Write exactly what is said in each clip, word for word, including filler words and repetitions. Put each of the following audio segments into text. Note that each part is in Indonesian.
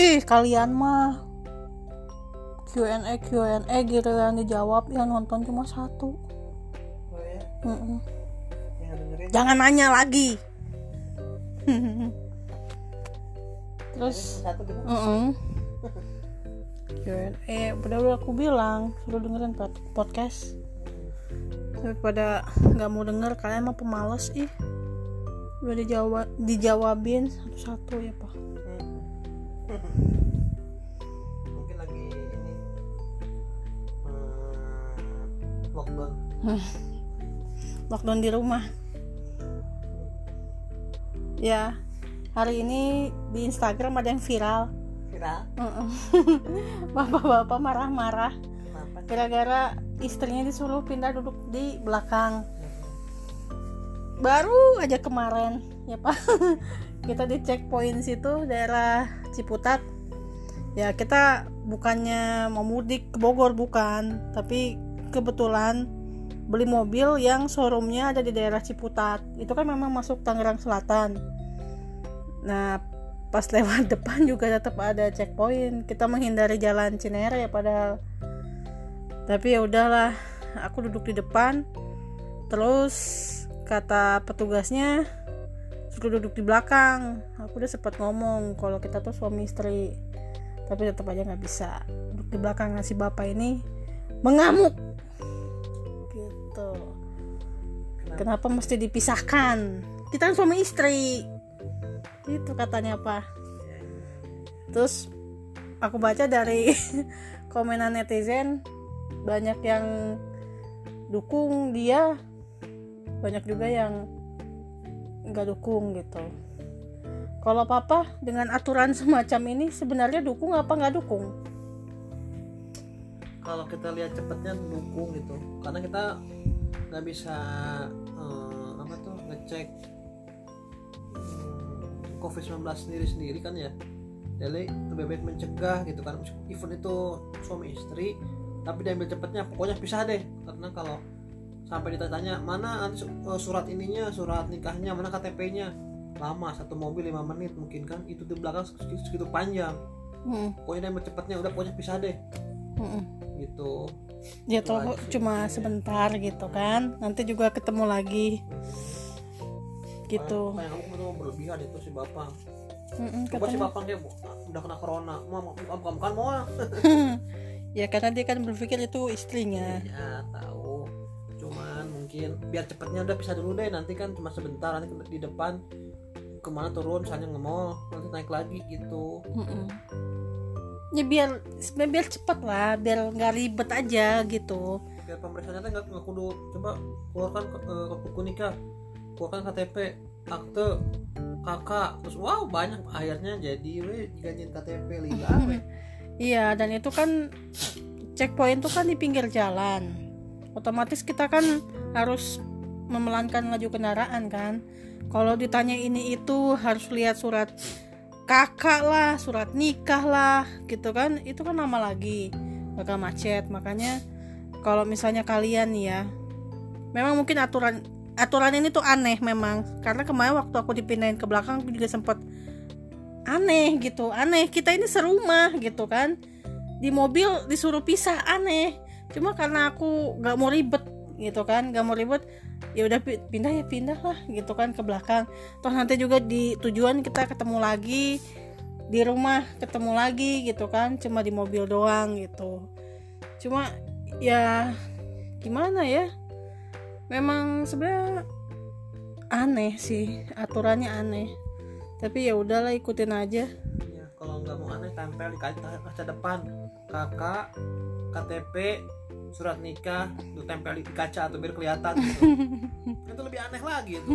Ih kalian mah Q and A Q and A gitu yang dijawab, yang nonton cuma satu. Oh ya? Mm-mm. Yang dengerin. Jangan nanya lagi. Terus Satu gitu. mm Q and A udah udah aku bilang suruh dengerin podcast. Daripada nggak mau denger, kalian mah pemalas ih. Udah dijawab dijawabin satu-satu ya pak. Mungkin lagi ini hmm, lockdown. Lockdown di rumah. Ya, hari ini di Instagram ada yang viral. Viral? Bapak-bapak marah-marah Kenapa? gara-gara istrinya disuruh pindah duduk di belakang. Baru aja kemarin ya pak, kita di checkpoint situ daerah Ciputat. Ya kita bukannya mau mudik ke Bogor, bukan, tapi kebetulan beli mobil yang showroomnya ada di daerah Ciputat. Itu kan memang masuk Tangerang Selatan. Nah pas lewat depan juga tetap ada checkpoint. Kita menghindari jalan Cinere padahal. Tapi ya udahlah, aku duduk di depan. Terus kata petugasnya suruh duduk di belakang. Aku udah sempat ngomong kalau kita tuh suami istri, tapi tetap aja nggak bisa duduk di belakang. Nasi bapak ini mengamuk gitu. Kenapa, Kenapa mesti dipisahkan? Kita kan suami istri gitu katanya apa. Terus aku baca dari komenan netizen, banyak yang dukung dia, banyak juga yang nggak dukung gitu. Kalau papa dengan aturan semacam ini sebenarnya dukung apa nggak dukung? Kalau kita lihat cepatnya dukung gitu, karena kita nggak bisa eh, apa tuh ngecek hmm, covid sembilan belas sendiri sendiri kan ya. Jadi lebih baik mencegah gitu kan. Even itu suami istri, tapi diambil cepatnya, pokoknya pisah deh. Karena kalau sampai ditanya mana surat ininya, surat nikahnya, mana K T P-nya, lama, satu mobil lima menit mungkin kan, itu di belakang segitu, segitu panjang. hmm. Pokoknya diambil cepatnya, udah pokoknya pisah deh. hmm. Gitu ya toh cuma sebentar gitu kan, nanti juga ketemu lagi gitu. Kayak kamu tuh berlebihan itu si bapak. Mm-mm, coba si bapak kayak udah kena corona, mau bukan bukan mau. Ya karena dia kan berpikir itu istrinya. Ya tahu, cuman mungkin biar cepatnya udah pisah dulu deh, nanti kan cuma sebentar, nanti di depan kemana turun, misalnya nge mall, nanti naik lagi gitu. Mm-mm. Ya biar biar cepat lah, biar nggak ribet aja gitu. Biar pemeriksaannya nggak nggak kudu coba keluarkan uh, buku nikah, keluarkan K T P, akte, kakak, terus wow banyak akhirnya jadi we gantiin K T P liga. Iya, dan itu kan checkpoint itu kan di pinggir jalan. Otomatis kita kan harus memelankan laju kendaraan kan. Kalau ditanya ini itu harus lihat surat kakak lah, surat nikah lah gitu kan. Itu kan lama lagi, bakal macet. Makanya kalau misalnya kalian ya, memang mungkin aturan aturan ini tuh aneh memang. Karena kemarin waktu aku dipindahin ke belakang aku juga sempat aneh gitu, aneh, kita ini serumah gitu kan, di mobil disuruh pisah, aneh. Cuma karena aku nggak mau ribet gitu kan, nggak mau ribet, ya udah pindah ya pindah lah gitu kan ke belakang. Toh nanti juga di tujuan kita ketemu lagi, di rumah ketemu lagi gitu kan, cuma di mobil doang gitu. Cuma ya gimana ya, memang sebenarnya aneh sih, aturannya aneh. Tapi ya udahlah, ikutin aja. Ya, kalau nggak mau aneh tempel di kaca, kaca depan, kakak, K T P, surat nikah, tuh tempel di kaca atau biar kelihatan gitu. Itu lebih aneh lagi itu.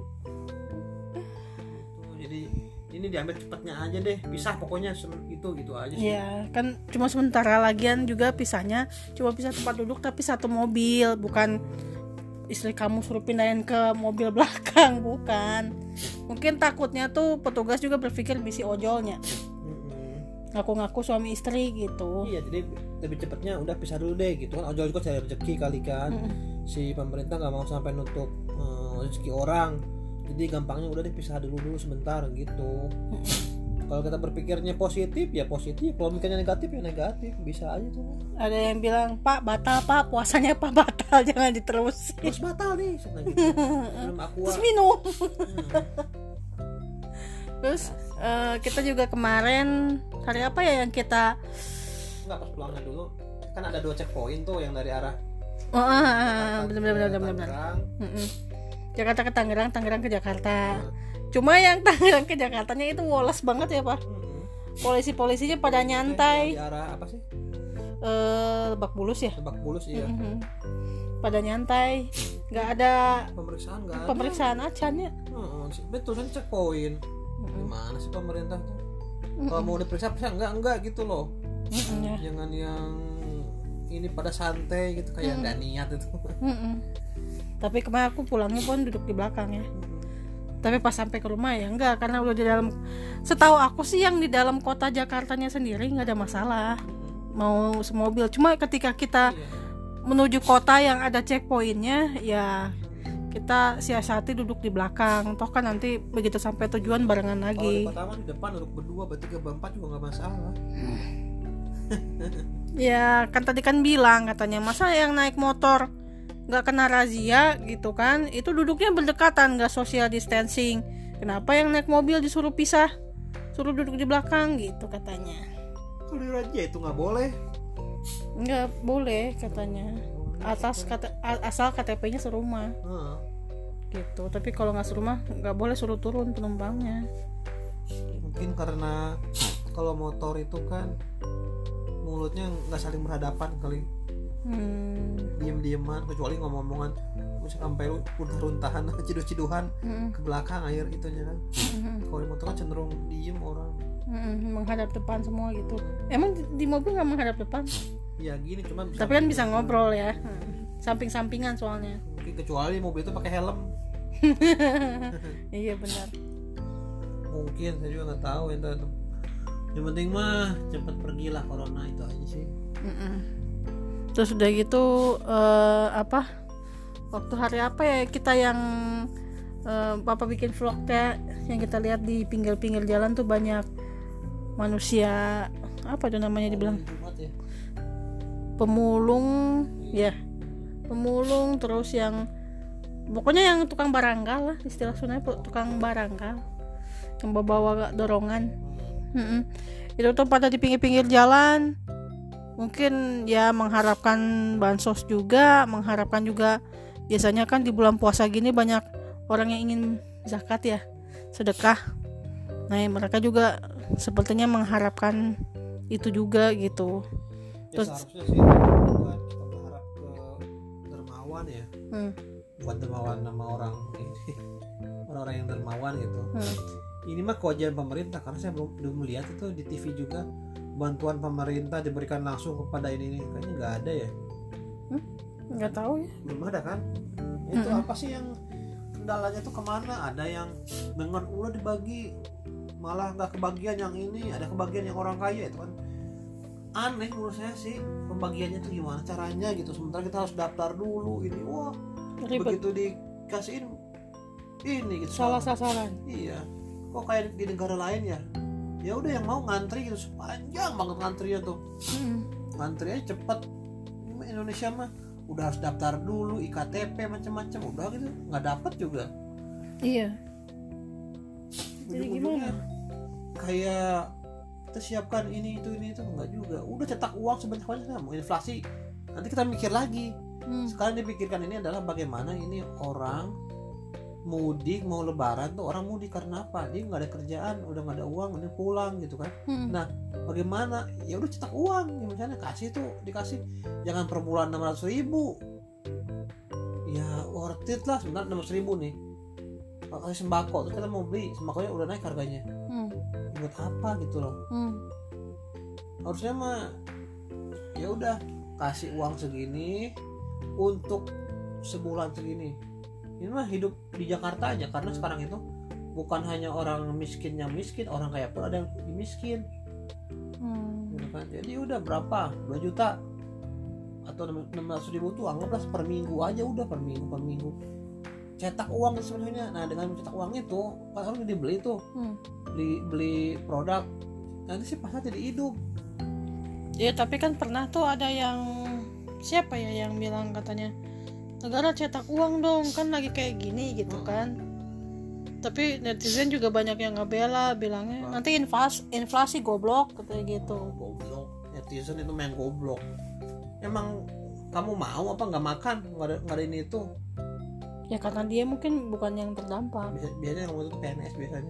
Gitu, jadi ini diambil cepatnya aja deh, pisah pokoknya itu gitu aja sih. Ya kan cuma sementara, lagian juga pisahnya cuma bisa tempat duduk tapi satu mobil, bukan istri kamu suruh pindahin ke mobil belakang, bukan. Mungkin takutnya tuh petugas juga berpikir bisi ojolnya, mm-hmm. ngaku-ngaku suami istri gitu. Iya, jadi lebih cepatnya udah pisah dulu deh gitu kan. Ojol juga cari rezeki kali kan, mm-hmm. si pemerintah nggak mau sampai nutup uh, rezeki orang, jadi gampangnya udah dipisah dulu dulu sebentar gitu. Mm-hmm. Kalau kita berpikirnya positif ya positif, kalau mikirnya negatif ya negatif, bisa aja tuh. Ada yang bilang, Pak batal Pak, puasanya Pak batal, jangan diterusin. Terus batal nih, gitu. Belum aku. Terus minum. Hmm. Terus uh, kita juga kemarin hari apa ya yang kita nggak pas pulangnya dulu kan ada dua checkpoint tuh yang dari arah oh ah, benar benar benar benar Tangerang. Jakarta ke Tangerang, Tangerang ke Jakarta. Hmm. Cuma yang Tangerang ke Jakartanya itu woles banget ya Pak. Hmm. Polisi-polisinya pada nyantai. Di arah apa sih? Eh, Lebak Bulus ya. Lebak Bulus iya. Mm-hmm. Pada nyantai, nggak ada pemeriksaan nggak ada. Pemeriksaan acannya. Hmm, betul kan checkpoint. Mm-hmm. Gimana sih pemerintah tuh? Mm-hmm. Kalau mau diperiksa periksa enggak enggak gitu loh. Mm-hmm, ya. Jangan yang ini pada santai gitu kayak nggak mm-hmm. niat itu. Mm-hmm. Tapi kemarin aku pulangnya pun duduk di belakang ya. Mm-hmm. Tapi pas sampai ke rumah ya enggak, karena udah di dalam. Setahu aku sih yang di dalam kota Jakartanya sendiri nggak ada masalah. Mm-hmm. Mau semobil. Cuma ketika kita iya. menuju kota yang ada checkpointnya ya kita siasati duduk di belakang, toh kan nanti begitu sampai tujuan barengan lagi. Kalau di pertama di depan duduk berdua, bertiga, berempat juga nggak masalah. Ya kan tadi kan bilang katanya masa yang naik motor nggak kena razia gitu kan, itu duduknya berdekatan, nggak social distancing. Kenapa yang naik mobil disuruh pisah, suruh duduk di belakang gitu katanya. Kalau di razia itu nggak boleh. Nggak boleh katanya. Atas kata, asal K T P-nya serumah hmm. gitu. Tapi kalau nggak serumah nggak boleh suruh turun penumpangnya. Mungkin karena kalau motor itu kan mulutnya nggak saling berhadapan kali. hmm. Diem-dieman, kecuali ngomong-ngomongan misalnya sampai runtah-runtahan, ciduh-ciduhan hmm. ke belakang air itunya kan. hmm. Kalau di motor kan cenderung diem orang. hmm. Menghadap depan semua gitu. Emang di, di mobil nggak menghadap depan? Ya gini cuma bisa. Tapi kan bisa ngobrol ya. Hmm. Samping-sampingan soalnya. Mungkin kecuali mobil itu pakai helm. Iya benar. Mungkin saya juga nggak tahu itu. Yang penting mah cepat pergilah corona itu aja sih. Mm-mm. Terus udah gitu uh, apa? Waktu hari apa ya kita yang uh, Papa bikin vlog teh yang kita lihat di pinggir-pinggir jalan tuh banyak manusia apa itu namanya dibilang? Ya? Pemulung ya pemulung terus yang pokoknya yang tukang barangkal lah istilah Sunda, tukang barangkal yang bawa dorongan. Mm-mm. Itu tuh pada di pinggir-pinggir jalan mungkin ya mengharapkan bansos juga, mengharapkan juga biasanya kan di bulan puasa gini banyak orang yang ingin zakat ya, sedekah. Nah mereka juga sepertinya mengharapkan itu juga gitu. Ya, seharusnya sih bukan kita berharap ke dermawan ya, hmm. bukan dermawan nama orang ini, orang-orang yang dermawan gitu. Hmm. Ini mah kewajiban pemerintah karena saya belum belum melihat itu di T V juga bantuan pemerintah diberikan langsung kepada ini ini kayaknya nggak ada ya. Hmm? Nggak tahu ya. Belum ada kan? Itu hmm. apa sih yang kendalanya tuh kemana? Ada yang dengan ulah dibagi malah nggak kebagian yang ini, ada kebagian yang orang kaya itu kan. Aneh menurut saya sih pembagiannya tuh gimana caranya gitu, sementara kita harus daftar dulu ini, wah ribet. Begitu dikasihin ini gitu salah sasaran. Iya, kok kayak di negara lain ya, ya udah yang mau ngantri gitu, panjang banget ngantrinya tuh. hmm. Ngantrinya cepet. Indonesia mah udah harus daftar dulu, I K T P macam-macam, udah gitu nggak dapet juga. Iya. Jadi gimana? Kayak kita siapkan ini itu ini itu enggak juga, udah cetak uang sebanyak-banyaknya, mau inflasi nanti kita mikir lagi. hmm. Sekarang dipikirkan ini adalah bagaimana ini orang mudik mau lebaran tuh, orang mudik karena apa, dia nggak ada kerjaan, udah nggak ada uang, udah pulang gitu kan. hmm. Nah bagaimana, ya udah cetak uang ya, misalnya kasih tuh dikasih jangan per bulan enam ratus ribu ya, worth it lah sebenarnya enam ratus ribu nih kasih sembako, terus kita mau beli sembakonya udah naik harganya. hmm. Buat apa gitu loh. hmm. Harusnya mah ya udah kasih uang segini untuk sebulan segini. Ini mah hidup di Jakarta aja, karena sekarang itu bukan hanya orang miskin yang miskin, orang kaya pun ada yang miskin. hmm. Gitu kan? Jadi udah berapa, dua juta atau enam ratus ribu tuh anggaplah per minggu aja, udah per minggu per minggu cetak uang sebenarnya. Nah dengan mencetak uang itu pas orang dibeli tuh hmm. beli beli produk, nanti sih pasar jadi hidup. Ya tapi kan pernah tuh ada yang siapa ya yang bilang katanya negara cetak uang dong kan lagi kayak gini gitu kan. Tapi netizen juga banyak yang ngebela, bilangnya nanti inflasi inflasi goblok katanya gitu. Goblok, netizen itu main goblok. Emang kamu mau apa nggak makan nggak ada nggak ada ini itu? Ya karena dia mungkin bukan yang terdampak. Biasa, biasanya kamu itu P N S biasanya.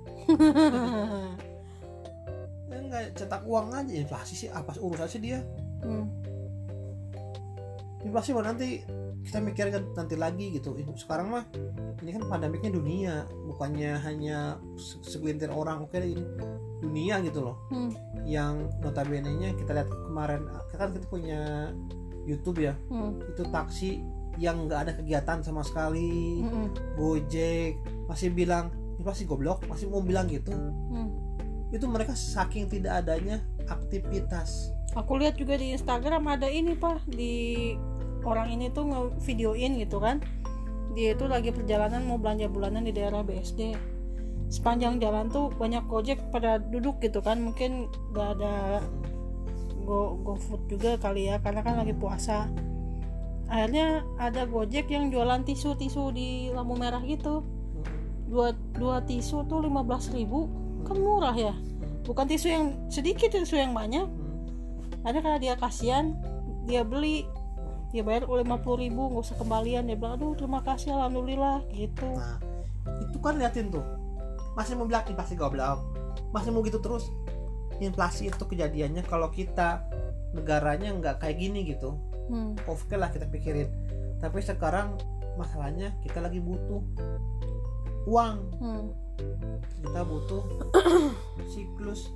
Ya nggak cetak uang aja, inflasi sih apa urusan sih dia? Hmm. Inflasi mah nanti kita mikirkan nanti lagi gitu. Sekarang mah ini kan pandemiknya dunia, bukannya hanya segelintir orang. Oke ini dunia gitu loh. Hmm. Yang notabene-nya kita lihat kemarin, kan kita punya YouTube ya. Hmm. Itu taksi yang nggak ada kegiatan sama sekali. Hmm. Gojek masih bilang inflasi goblok, masih mau bilang gitu. Hmm. Itu mereka saking tidak adanya aktivitas. Aku lihat juga di Instagram ada ini Pak, di orang ini tuh nge-videoin gitu kan. Dia itu lagi perjalanan mau belanja bulanan di daerah B S D. Sepanjang jalan tuh banyak Gojek pada duduk gitu kan. Mungkin gak ada Go GoFood juga kali ya, karena kan lagi puasa. Akhirnya ada Gojek yang jualan tisu-tisu di lampu merah gitu. Dua, dua tisu tuh lima belas ribu. Kan murah ya. Bukan tisu yang sedikit, tisu yang banyak. Ada karena dia kasihan, dia beli, dia bayar lima puluh ribu, nggak usah kembalian. Dia bilang aduh terima kasih alhamdulillah gitu. Nah itu kan liatin tuh, masih mau bilang inflasi goblok, masih mau gitu terus. Inflasi itu kejadiannya kalau kita negaranya nggak kayak gini gitu. hmm. Oke lah kita pikirin. Tapi sekarang masalahnya kita lagi butuh uang. hmm. Kita butuh siklus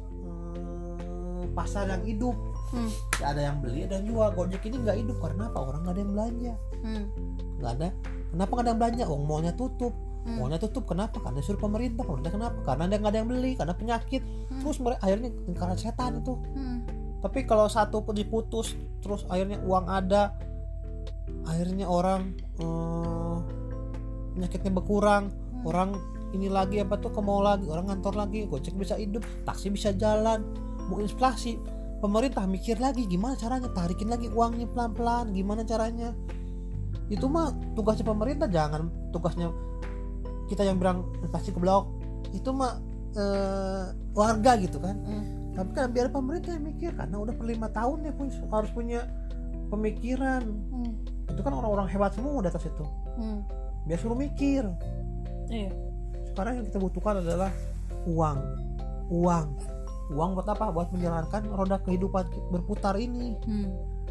hmm, pasar yang hidup. Hmm. Gak ada yang beli, ada yang jual. Gojek ini nggak hidup karena apa? Orang nggak ada yang belanja. Hmm. Nggak ada. Kenapa nggak ada yang belanja? Oh, mallnya tutup. Hmm. Mallnya tutup kenapa? Karena disuruh pemerintah. Pemerintah kenapa? Karena ada nggak ada yang beli. Karena penyakit. Hmm. Terus mereka akhirnya karena setan itu. Hmm. Tapi kalau satu diputus, terus akhirnya uang ada, akhirnya orang hmm, penyakitnya berkurang. Hmm. Orang ini lagi apa tuh ke mall lagi, orang ngantor lagi, Gojek bisa hidup, taksi bisa jalan, mau inflasi. Pemerintah mikir lagi gimana caranya tarikin lagi uangnya pelan-pelan, gimana caranya. Itu mah tugasnya pemerintah, jangan tugasnya kita yang bilang inflasi goblok. Itu mah eh, warga gitu kan. Mm. Tapi kan biar pemerintah yang mikir, karena udah per lima tahun ya harus punya pemikiran. Mm. Itu kan orang-orang hebat semua di atas itu. Mm. Biar suruh mikir. Iya. Sekarang yang kita butuhkan adalah uang, uang. Uang buat apa? Buat menjalankan roda kehidupan berputar ini. Hmm.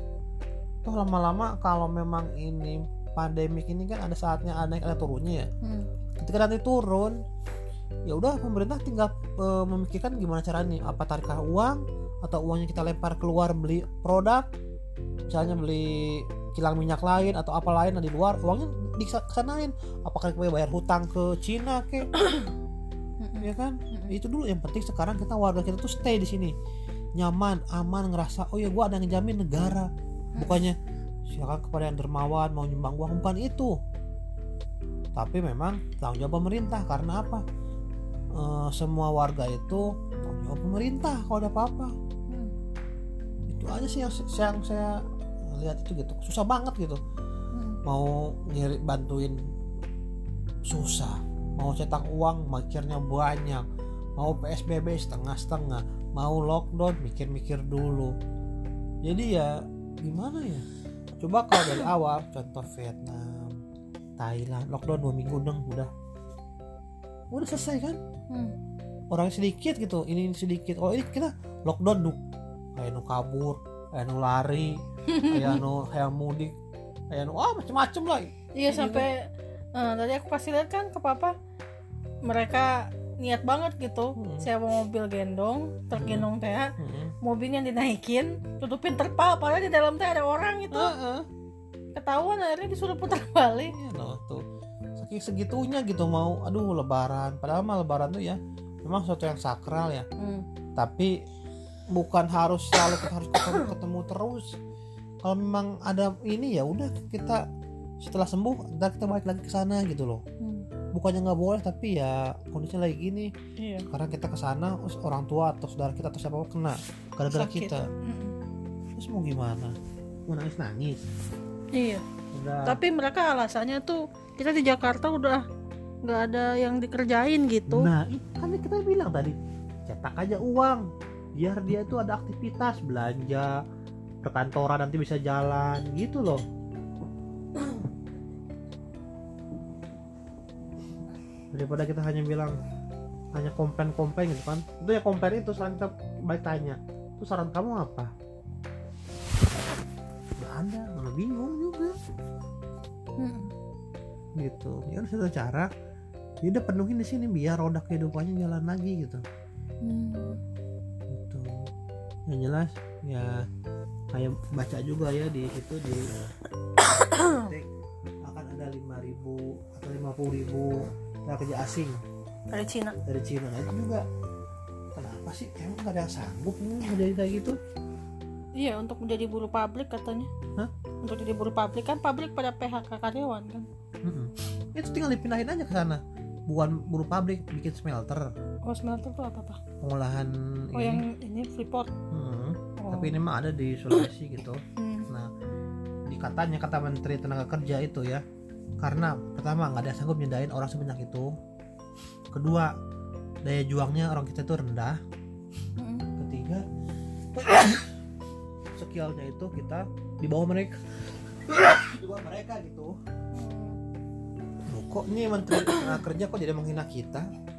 Toh lama-lama kalau memang ini pandemik ini kan ada saatnya ada naik ada turunnya ya. Hmm. Ketika nanti turun, ya udah pemerintah tinggal e, memikirkan gimana caranya. Apa tarikah uang atau uangnya kita lempar keluar beli produk, misalnya beli kilang minyak lain atau apa lain di luar, uangnya disanain. Apakah kita bayar hutang ke Cina ke? Ya kan? Itu dulu yang penting. Sekarang kita warga kita tuh stay di sini nyaman, aman, ngerasa oh ya gue ada yang jamin negara. Bukannya silakan kepada yang dermawan mau nyumbang uang, bukan itu. Tapi memang tanggung jawab pemerintah. Karena apa? E, semua warga itu tanggung jawab pemerintah kalau ada apa-apa. hmm. Itu aja sih yang, yang saya lihat itu gitu. Susah banget gitu. hmm. Mau ngiri bantuin susah, mau cetak uang mikirnya banyak, mau P S B B setengah-setengah, mau lockdown mikir-mikir dulu. Jadi ya gimana ya, coba kalau dari awal contoh Vietnam, Thailand lockdown dua minggu dong udah udah selesai kan. hmm. Orang sedikit gitu, ini sedikit. Kalau ini kita lockdown tuh kayak nu kabur, kayak nu lari, kayak nu kayak mudik, kayak nu ah macem-macem lah. Iya sampai uh, tadi aku kasih lihat kan ke papa, mereka niat banget gitu. hmm. Sewa mobil gendong, truk gendong teh, hmm. mobilnya dinaikin, tutupin terpal, padahal di dalam teh ada orang itu. Uh-uh. Ketahuan akhirnya disuruh putar balik. Iya loh tuh, saking segitunya gitu mau, aduh lebaran. Padahal mah lebaran tuh ya memang sesuatu yang sakral ya. Hmm. Tapi bukan harus selalu kita harus ketemu, ketemu terus. Kalau memang ada ini ya udah kita setelah sembuh ntar kita balik lagi ke sana gitu loh. hmm. Bukannya nggak boleh, tapi ya kondisinya lagi gini. Iya. Karena kita ke sana orang tua atau saudara kita atau siapa kena gara-gara Sakit. kita. Mm-mm. Terus mau gimana? Mau nangis nangis. Iya. Udah. Tapi mereka alasannya tuh kita di Jakarta udah nggak ada yang dikerjain gitu. Nah, kan kita bilang tadi, cetak aja uang biar dia tuh ada aktivitas belanja, perkantoran nanti bisa jalan gitu loh. Daripada kita hanya bilang hanya komplain-komplain gitu kan. Itu ya komplain itu sekarang kita baik tanya, itu saran kamu apa? Gak ada, malah bingung juga. Mm-mm. Gitu. Ya harus ada cara. Ya udah penuhin di sini biar roda kehidupannya jalan lagi gitu. Hmm. Gitu. Yang jelas ya kayak baca juga ya di situ di akan ada lima ribu atau lima puluh ribu tenaga kerja asing Dari Cina. dari Cina. Nah, itu juga kenapa sih emang gak ada yang sanggup nih menjadi kayak gitu? Iya, untuk menjadi buruh pabrik katanya. Hah? Untuk jadi buruh pabrik kan pabrik pada P H K karyawan kan. Mm-mm. Itu tinggal dipindahin aja ke sana. Bukan buruh pabrik, bikin smelter, Oh, smelter tuh apa apa? pengolahan Oh, ini. yang ini Freeport. Mm-mm. Oh. Tapi ini mah ada di Sulawesi gitu. Hmm. Nah, di katanya kata Menteri Tenaga Kerja itu ya, karena pertama nggak ada yang sanggup nyedain orang sebanyak itu. Kedua, daya juangnya orang kita itu rendah. Mm-mm. Ketiga, skillnya itu kita di bawah mereka. Di bawah mereka gitu. Loh, kok ini Menteri Tenaga Kerja kok jadi menghina kita?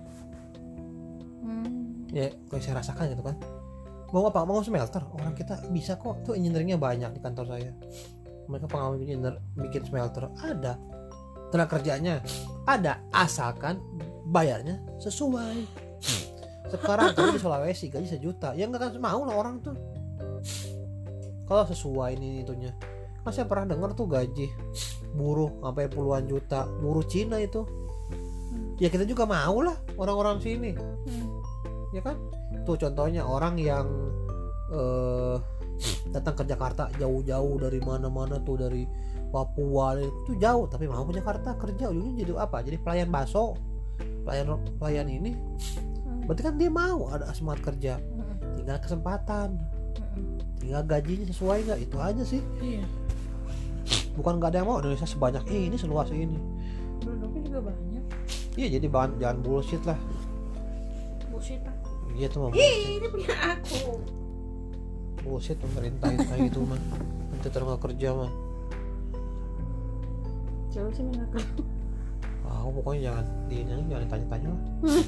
Hmm. Ya, kayak saya rasakan gitu kan. Mau apa? Mau smelter? Orang kita bisa kok. Tuh engineeringnya banyak di kantor saya. Mereka pengalaman engineer bikin smelter ada. Tenaga kerjanya ada, asalkan bayarnya sesuai. Sekarang kalau di Sulawesi gaji sejuta, ya nggak akan mau lah orang tuh. Kalau sesuai ini itunya. Kan saya pernah dengar tuh gaji buruh sampai puluhan juta, buruh Cina itu. Ya kita juga mau lah orang-orang sini. Hmm. Ya kan? Tuh contohnya orang yang eh, datang ke Jakarta jauh-jauh dari mana-mana tuh, dari Papua itu jauh, tapi mau ke Jakarta kerja, ujungnya jadi apa? Jadi pelayan bakso, pelayan pelayan ini. Berarti kan dia mau ada semangat kerja, Hmm. tinggal kesempatan, Hmm. tinggal gajinya sesuai nggak, itu aja sih. Iya. Bukan nggak ada yang mau Indonesia sebanyak ini, seluas ini. Penduduknya juga banyak. Iya, jadi bahan, jangan bullshit lah. Bullshit. Iya tuh mah Ih, bullshit. ini punya aku. Bullshit pemerintah itu kayak gitu mah. Nanti tenaga kerja mah. Jauh sih mengaku. Ah, pokoknya jangan di jangan, jangan ditanya-tanya lah.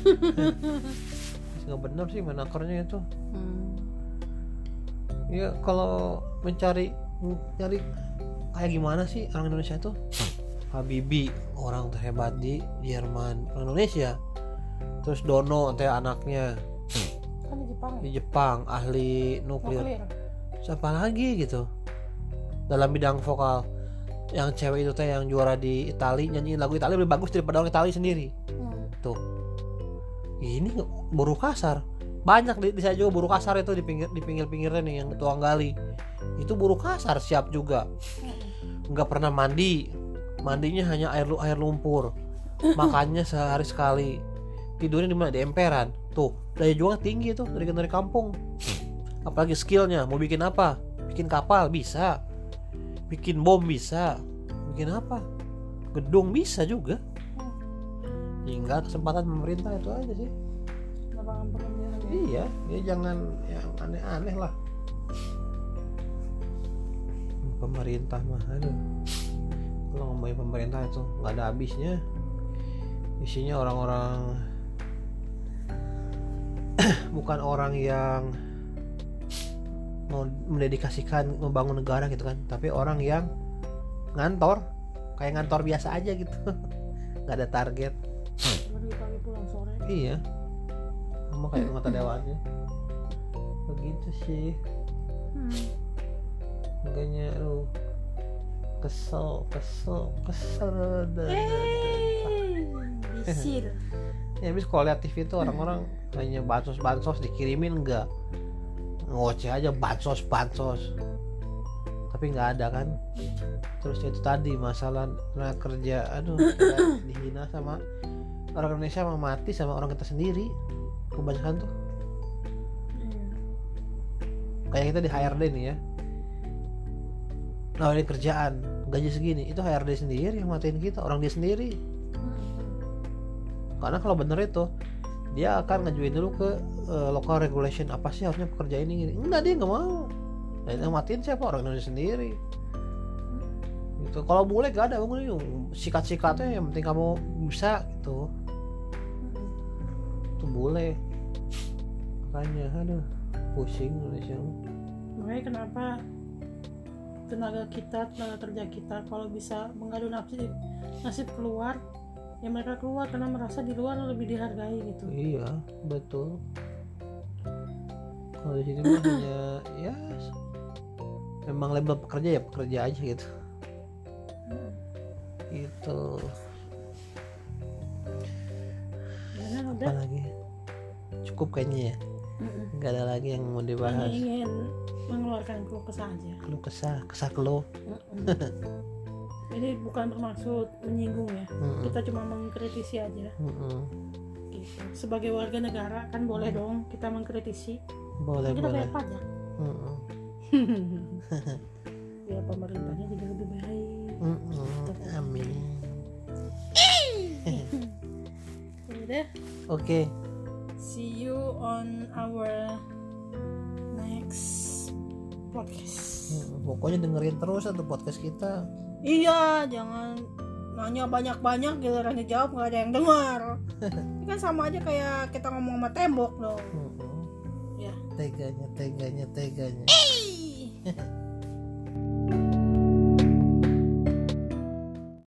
Nggak benar sih menakernya itu. Hmm. Ya kalau mencari mencari kayak gimana sih orang Indonesia itu? Habibie orang terhebat di Jerman, orang Indonesia. Terus Dono teh anaknya Kan di Jepang. di Jepang, ahli nuklir. Nuklir. Siapa lagi gitu dalam bidang vokal? Yang cewek itu teh yang juara di Itali, nyanyi lagu Itali lebih bagus daripada orang Itali sendiri. Hmm. Tuh, ini buruh kasar banyak di, di saya juga buruh kasar itu di pinggir di pinggir-pinggirnya nih yang tuang gali itu buruh kasar siap juga, nggak pernah mandi, mandinya hanya air air lumpur, makannya sehari sekali, tidurnya di mana, di emperan. Tuh daya juang tinggi tuh dari dari kampung. Apalagi skillnya mau bikin apa, bikin kapal bisa, bikin bom bisa, bikin apa, gedung bisa juga. Tinggal kesempatan pemerintah itu aja sih. Lapangan pekerjaan. Iya, ya jangan yang aneh-aneh lah. Pemerintah mah, aduh. Kalau ngomongin pemerintah itu nggak ada habisnya. Isinya orang-orang bukan orang yang mau mendedikasikan membangun negara gitu kan, tapi orang yang ngantor, kayak ngantor biasa aja gitu. Nggak ada target. Dari pagi pulang sore. Iya, sama kayak anggota dewannya begitu sih. Hmm. Makanya aduh kesel kesel kesel dan Bisil. ya habis kalau lihat T V itu orang-orang hanya bansos bansos dikirimin enggak, ngoceh aja bansos bansos, tapi nggak ada kan. Terus itu tadi masalah tenaga kerja, aduh kita dihina sama orang Indonesia, sama mati sama orang kita sendiri kebanyakan tuh. Iya. Kayak kita di H R D nih ya, nawarin kerjaan gaji segini, itu H R D sendiri yang matiin kita, orang dia sendiri. Karena kalau bener itu dia akan ngajuin dulu ke uh, local regulation, apa sih harusnya pekerja ini gini. Enggak, dia nggak mau. Dan yang matiin siapa? Orang Indonesia sendiri. Gitu. Kalau boleh gak ada bangun sikat-sikatnya, yang penting kamu bisa gitu. Itu boleh. Makanya aduh pusing Indonesia. Makanya kenapa tenaga kita, tenaga kerja kita kalau bisa mengadu nasib nasib keluar, ya mereka keluar karena merasa di luar lebih dihargai gitu. Iya betul. Kalau di sini mah hanya ya memang label pekerja ya pekerja aja gitu. Hmm. Itu. Benar Apa udah. lagi? Cukup kayaknya ya. Mm-mm. Nggak ada lagi yang mau Hanya dibahas. ingin mengeluarkan keluh kesah aja. Keluh kesah, kesah keluh. Mm-mm. Jadi bukan bermaksud menyinggung ya. Mm-mm. Kita cuma mengkritisi aja. Mm-mm. Gitu. Sebagai warga negara kan boleh dong kita mengkritisi. Boleh Kita boleh. bayar pajak. Mm-mm. Biar pemerintahnya jadi lebih baik. Mm-mm. Amin. Udah. Oke. See you on our next podcast. Mm-mm. Pokoknya dengerin terus atau podcast kita. Iya, jangan nanya banyak-banyak giliran jawab nggak ada yang dengar. Ini kan sama aja kayak kita ngomong sama tembok dong. Mm-mm. Ya. Teganya, teganya, teganya. Eh.